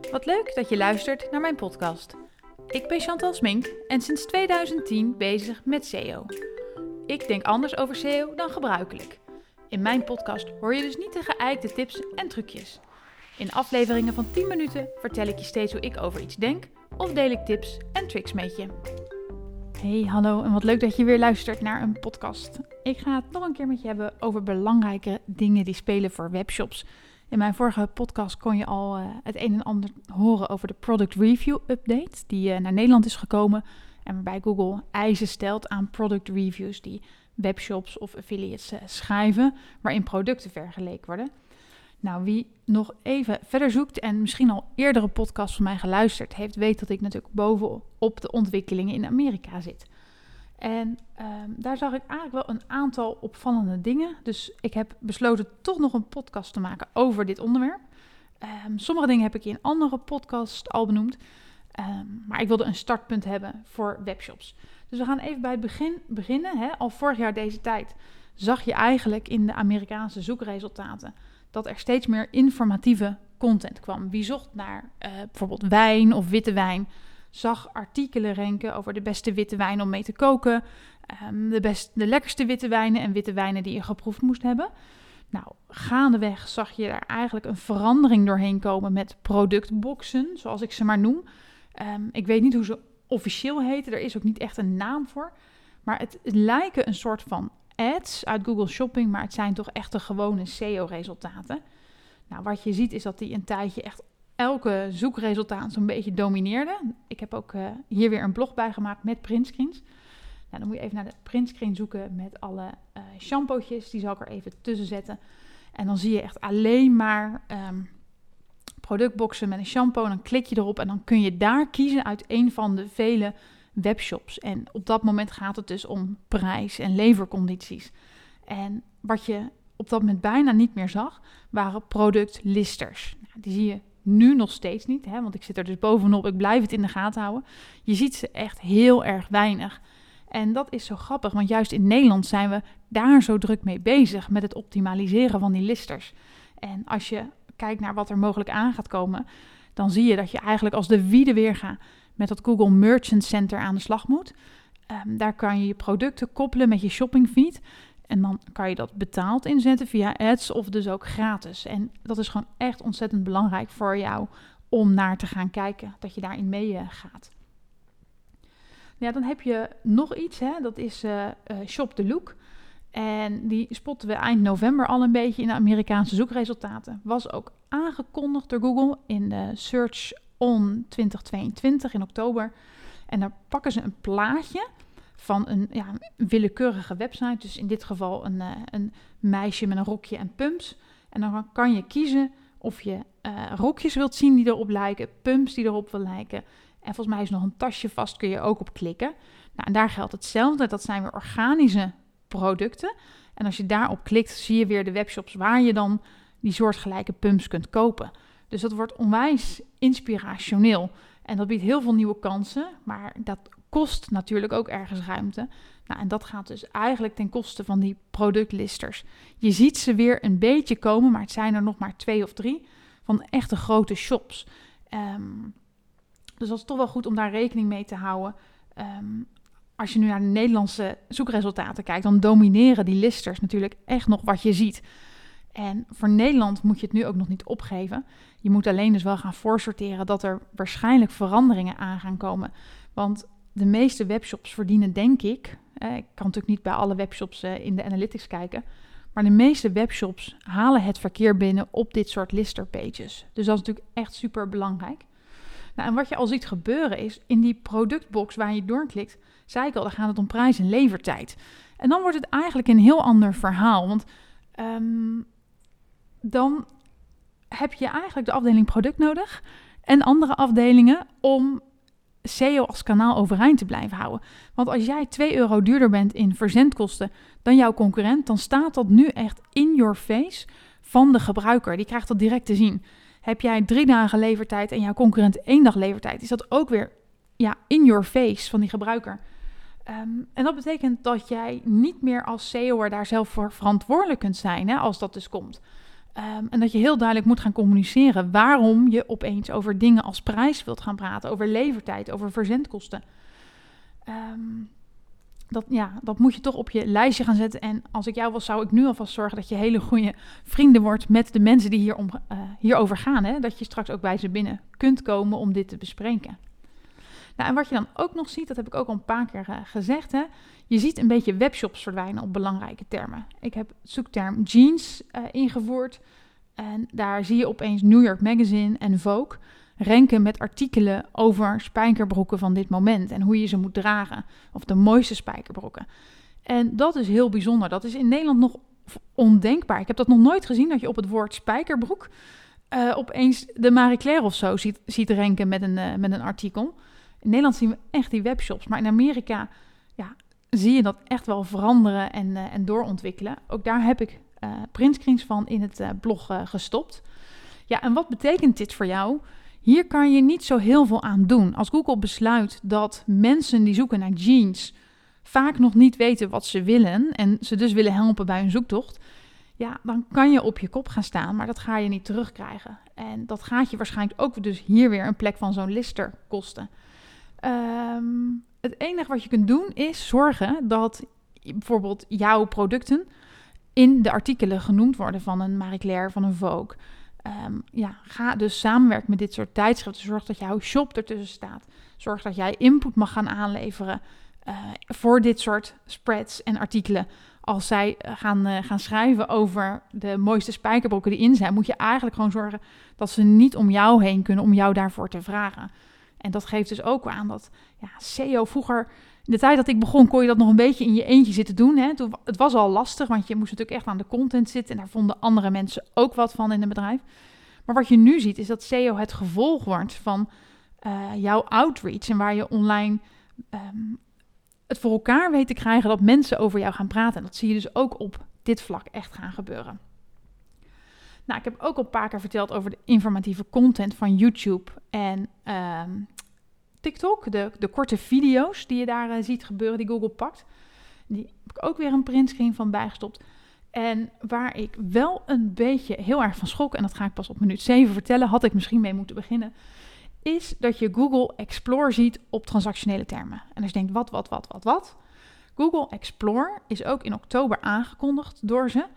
Wat leuk dat je luistert naar mijn podcast. Ik ben Chantal Smink en sinds 2010 bezig met SEO. Ik denk anders over SEO dan gebruikelijk. In mijn podcast hoor je dus niet de geëikte tips en trucjes. In afleveringen van 10 minuten vertel ik je steeds hoe ik over iets denk of deel ik tips en tricks met je. Hey, hallo en wat leuk dat je weer luistert naar een podcast. Ik ga het nog een keer met je hebben over belangrijke dingen die spelen voor webshops. In mijn vorige podcast kon je al het een en ander horen over de Product Review Update die naar Nederland is gekomen. En waarbij Google eisen stelt aan product reviews die webshops of affiliates schrijven, waarin producten vergeleken worden. Nou, wie nog even verder zoekt en misschien al eerdere podcasts van mij geluisterd heeft, weet dat ik natuurlijk bovenop de ontwikkelingen in Amerika zit. En daar zag ik eigenlijk wel een aantal opvallende dingen. Dus ik heb besloten toch nog een podcast te maken over dit onderwerp. Sommige dingen heb ik in andere podcasts al benoemd. Maar ik wilde een startpunt hebben voor webshops. Dus we gaan even bij het begin beginnen. Hè. Al vorig jaar deze tijd zag je eigenlijk in de Amerikaanse zoekresultaten dat er steeds meer informatieve content kwam. Wie zocht naar bijvoorbeeld wijn of witte wijn, zag artikelen ranken over de beste witte wijn om mee te koken, de lekkerste witte wijnen en witte wijnen die je geproefd moest hebben. Nou, gaandeweg zag je er eigenlijk een verandering doorheen komen met productboxen, zoals ik ze maar noem. Ik weet niet hoe ze officieel heten, er is ook niet echt een naam voor. Maar het lijken een soort van ads uit Google Shopping, maar het zijn toch echt de gewone SEO-resultaten. Nou, wat je ziet is dat die een tijdje echt elke zoekresultaat zo'n beetje domineerde. Ik heb ook hier weer een blog bij gemaakt met printscreens. Nou, dan moet je even naar de printscreen zoeken met alle shampootjes. Die zal ik er even tussen zetten. En dan zie je echt alleen maar productboxen met een shampoo. En dan klik je erop en dan kun je daar kiezen uit een van de vele webshops. En op dat moment gaat het dus om prijs en levercondities. En wat je op dat moment bijna niet meer zag, waren productlisters. Nou, die zie je nu nog steeds niet, hè, want ik zit er dus bovenop. Ik blijf het in de gaten houden. Je ziet ze echt heel erg weinig. En dat is zo grappig, want juist in Nederland zijn we daar zo druk mee bezig met het optimaliseren van die listers. En als je kijkt naar wat er mogelijk aan gaat komen, dan zie je dat je eigenlijk als de wiede weerga met dat Google Merchant Center aan de slag moet. Daar kan je je producten koppelen met je shoppingfeed. En dan kan je dat betaald inzetten via ads of dus ook gratis. En dat is gewoon echt ontzettend belangrijk voor jou om naar te gaan kijken, dat je daarin meegaat. Ja, dan heb je nog iets, hè? Dat is Shop the Look. En die spotten we eind november al een beetje in de Amerikaanse zoekresultaten. Was ook aangekondigd door Google in de Search On 2022 in oktober. En daar pakken ze een plaatje van een willekeurige website. Dus in dit geval een meisje met een rokje en pumps. En dan kan je kiezen of je rokjes wilt zien die erop lijken, pumps die erop wil lijken. En volgens mij is nog een tasje vast, kun je ook op klikken. Nou, en daar geldt hetzelfde. Dat zijn weer organische producten. En als je daarop klikt, zie je weer de webshops waar je dan die soortgelijke pumps kunt kopen. Dus dat wordt onwijs inspirationeel. En dat biedt heel veel nieuwe kansen, maar dat kost natuurlijk ook ergens ruimte. Nou, en dat gaat dus eigenlijk ten koste van die productlisters. Je ziet ze weer een beetje komen, maar het zijn er nog maar 2 of 3 van echte grote shops. Dus dat is toch wel goed om daar rekening mee te houden. Als je nu naar de Nederlandse zoekresultaten kijkt, dan domineren die listers natuurlijk echt nog wat je ziet. En voor Nederland moet je het nu ook nog niet opgeven. Je moet alleen dus wel gaan voorsorteren dat er waarschijnlijk veranderingen aan gaan komen. Want de meeste webshops verdienen, denk ik kan natuurlijk niet bij alle webshops in de analytics kijken, maar de meeste webshops halen het verkeer binnen op dit soort listerpages. Dus dat is natuurlijk echt super belangrijk. Nou, en wat je al ziet gebeuren is, in die productbox waar je doorklikt, zei ik al, dan gaat het om prijs en levertijd. En dan wordt het eigenlijk een heel ander verhaal, want dan heb je eigenlijk de afdeling product nodig en andere afdelingen om SEO als kanaal overeind te blijven houden. Want als jij €2 duurder bent in verzendkosten dan jouw concurrent, dan staat dat nu echt in your face van de gebruiker. Die krijgt dat direct te zien. Heb jij 3 dagen levertijd en jouw concurrent 1 dag levertijd, is dat ook weer in your face van die gebruiker. En dat betekent dat jij niet meer als SEO'er daar zelf voor verantwoordelijk kunt zijn, hè, als dat dus komt. En dat je heel duidelijk moet gaan communiceren waarom je opeens over dingen als prijs wilt gaan praten, over levertijd, over verzendkosten. Dat moet je toch op je lijstje gaan zetten. En als ik jou was, zou ik nu alvast zorgen dat je hele goede vrienden wordt met de mensen die hierover gaan. Hè? Dat je straks ook bij ze binnen kunt komen om dit te bespreken. Nou, en wat je dan ook nog ziet, dat heb ik ook al een paar keer gezegd. Hè? Je ziet een beetje webshops verdwijnen op belangrijke termen. Ik heb het zoekterm jeans ingevoerd. En daar zie je opeens New York Magazine en Vogue ranken met artikelen over spijkerbroeken van dit moment en hoe je ze moet dragen. Of de mooiste spijkerbroeken. En dat is heel bijzonder. Dat is in Nederland nog ondenkbaar. Ik heb dat nog nooit gezien, dat je op het woord spijkerbroek opeens de Marie Claire of zo ziet ranken met een artikel. In Nederland zien we echt die webshops. Maar in Amerika zie je dat echt wel veranderen en doorontwikkelen. Ook daar heb ik printscreens van in het blog gestopt. Ja, en wat betekent dit voor jou? Hier kan je niet zo heel veel aan doen. Als Google besluit dat mensen die zoeken naar jeans vaak nog niet weten wat ze willen en ze dus willen helpen bij hun zoektocht, ja, dan kan je op je kop gaan staan, maar dat ga je niet terugkrijgen. En dat gaat je waarschijnlijk ook dus hier weer een plek van zo'n lister kosten. Het enige wat je kunt doen is zorgen dat bijvoorbeeld jouw producten in de artikelen genoemd worden van een Marie Claire, van een Vogue. Ga dus samenwerken met dit soort tijdschriften. Zorg dat jouw shop ertussen staat. Zorg dat jij input mag gaan aanleveren voor dit soort spreads en artikelen. Als zij gaan schrijven over de mooiste spijkerbroeken die in zijn, moet je eigenlijk gewoon zorgen dat ze niet om jou heen kunnen om jou daarvoor te vragen. En dat geeft dus ook aan dat SEO vroeger, in de tijd dat ik begon, kon je dat nog een beetje in je eentje zitten doen. Hè? Het was al lastig, want je moest natuurlijk echt aan de content zitten. En daar vonden andere mensen ook wat van in het bedrijf. Maar wat je nu ziet, is dat SEO het gevolg wordt van jouw outreach. En waar je online het voor elkaar weet te krijgen dat mensen over jou gaan praten. En dat zie je dus ook op dit vlak echt gaan gebeuren. Nou, ik heb ook al een paar keer verteld over de informatieve content van YouTube en TikTok. De korte video's die je daar ziet gebeuren, die Google pakt. Die heb ik ook weer een printscreen van bijgestopt. En waar ik wel een beetje heel erg van schrok, en dat ga ik pas op minuut 7 vertellen, had ik misschien mee moeten beginnen, is dat je Google Explore ziet op transactionele termen. En als je denkt, wat? Google Explore is ook in oktober aangekondigd door ze.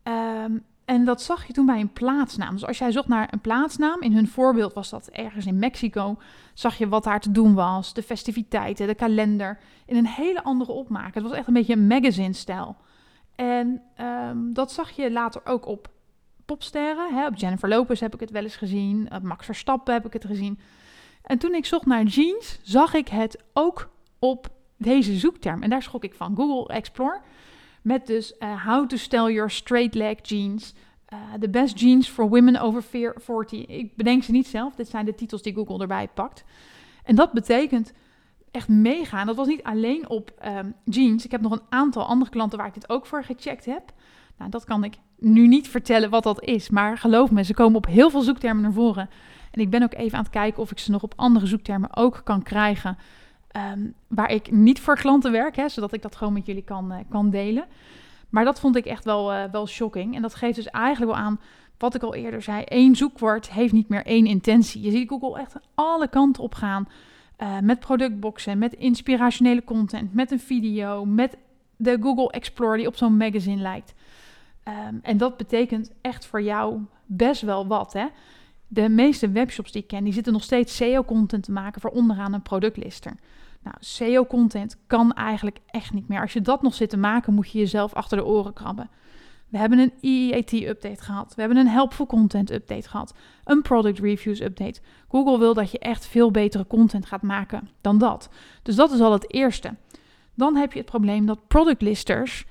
En dat zag je toen bij een plaatsnaam. Dus als jij zocht naar een plaatsnaam, in hun voorbeeld was dat ergens in Mexico, zag je wat daar te doen was, de festiviteiten, de kalender, in een hele andere opmaak. Het was echt een beetje een magazine-stijl. En dat zag je later ook op popsterren. Hè? Op Jennifer Lopez heb ik het wel eens gezien, op Max Verstappen heb ik het gezien. En toen ik zocht naar jeans, zag ik het ook op deze zoekterm. En daar schrok ik van. Google Explore. Met dus how to style your straight leg jeans. The best jeans for women over 40. Ik bedenk ze niet zelf. Dit zijn de titels die Google erbij pakt. En dat betekent echt meegaan. Dat was niet alleen op jeans. Ik heb nog een aantal andere klanten waar ik dit ook voor gecheckt heb. Nou, dat kan ik nu niet vertellen wat dat is. Maar geloof me, ze komen op heel veel zoektermen naar voren. En ik ben ook even aan het kijken of ik ze nog op andere zoektermen ook kan krijgen. Waar ik niet voor klanten werk, hè, zodat ik dat gewoon met jullie kan delen. Maar dat vond ik echt wel shocking. En dat geeft dus eigenlijk wel aan wat ik al eerder zei. 1 zoekwoord heeft niet meer 1 intentie. Je ziet Google echt alle kanten op gaan. Met productboxen, met inspirationele content, met een video, met de Google Explorer die op zo'n magazine lijkt. En dat betekent echt voor jou best wel wat, hè. De meeste webshops die ik ken, die zitten nog steeds SEO-content te maken voor onderaan een productlister. Nou, SEO-content kan eigenlijk echt niet meer. Als je dat nog zit te maken, moet je jezelf achter de oren krabben. We hebben een EAT-update gehad. We hebben een Helpful Content update gehad. Een Product Reviews update. Google wil dat je echt veel betere content gaat maken dan dat. Dus dat is al het eerste. Dan heb je het probleem dat productlisters,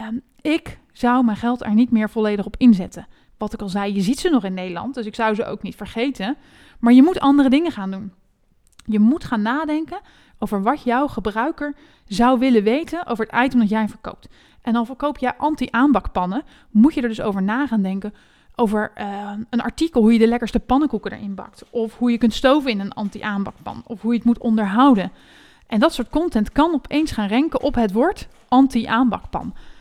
ik zou mijn geld er niet meer volledig op inzetten. Wat ik al zei, je ziet ze nog in Nederland, dus ik zou ze ook niet vergeten. Maar je moet andere dingen gaan doen. Je moet gaan nadenken over wat jouw gebruiker zou willen weten over het item dat jij verkoopt. En dan verkoop jij anti-aanbakpannen, moet je er dus over na gaan denken over een artikel hoe je de lekkerste pannenkoeken erin bakt. Of hoe je kunt stoven in een anti-aanbakpan. Of hoe je het moet onderhouden. En dat soort content kan opeens gaan ranken op het woord anti-aanbakpan.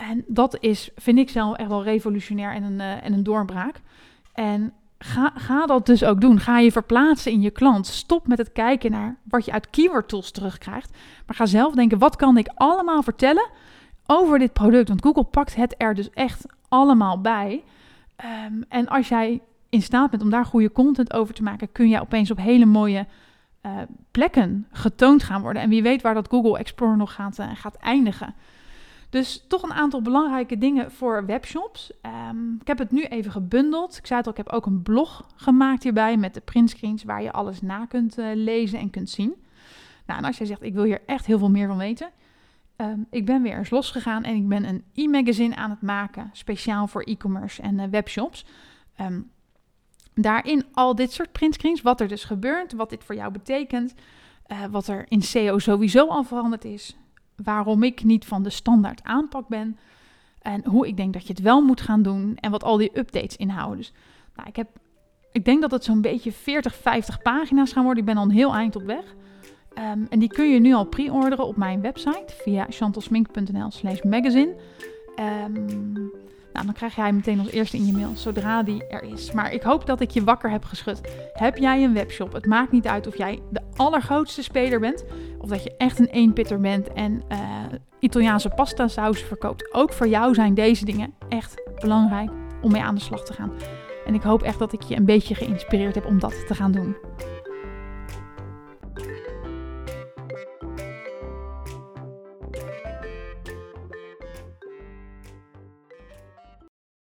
En dat vind ik zelf echt wel revolutionair en een doorbraak. En ga dat dus ook doen. Ga je verplaatsen in je klant. Stop met het kijken naar wat je uit keyword tools terugkrijgt. Maar ga zelf denken, wat kan ik allemaal vertellen over dit product? Want Google pakt het er dus echt allemaal bij. En als jij in staat bent om daar goede content over te maken, kun je opeens op hele mooie plekken getoond gaan worden. En wie weet waar dat Google Explorer nog gaat eindigen. Dus toch een aantal belangrijke dingen voor webshops. Ik heb het nu even gebundeld. Ik zei het al, ik heb ook een blog gemaakt hierbij met de printscreens waar je alles na kunt lezen en kunt zien. Nou, en als jij zegt, ik wil hier echt heel veel meer van weten. Ik ben weer eens losgegaan en ik ben een e-magazine aan het maken, speciaal voor e-commerce en webshops. Daarin al dit soort printscreens, wat er dus gebeurt, wat dit voor jou betekent, wat er in SEO sowieso al veranderd is, waarom ik niet van de standaard aanpak ben en hoe ik denk dat je het wel moet gaan doen en wat al die updates inhouden. Dus nou, ik denk dat het zo'n beetje 40, 50 pagina's gaan worden. Ik ben al een heel eind op weg. En die kun je nu al pre-orderen op mijn website via chantalsmink.nl/magazine. Nou, dan krijg jij meteen als eerste in je mail zodra die er is. Maar ik hoop dat ik je wakker heb geschud. Heb jij een webshop? Het maakt niet uit of jij de allergrootste speler bent of dat je echt een eenpitter bent en Italiaanse pasta saus verkoopt. Ook voor jou zijn deze dingen echt belangrijk om mee aan de slag te gaan. En ik hoop echt dat ik je een beetje geïnspireerd heb om dat te gaan doen.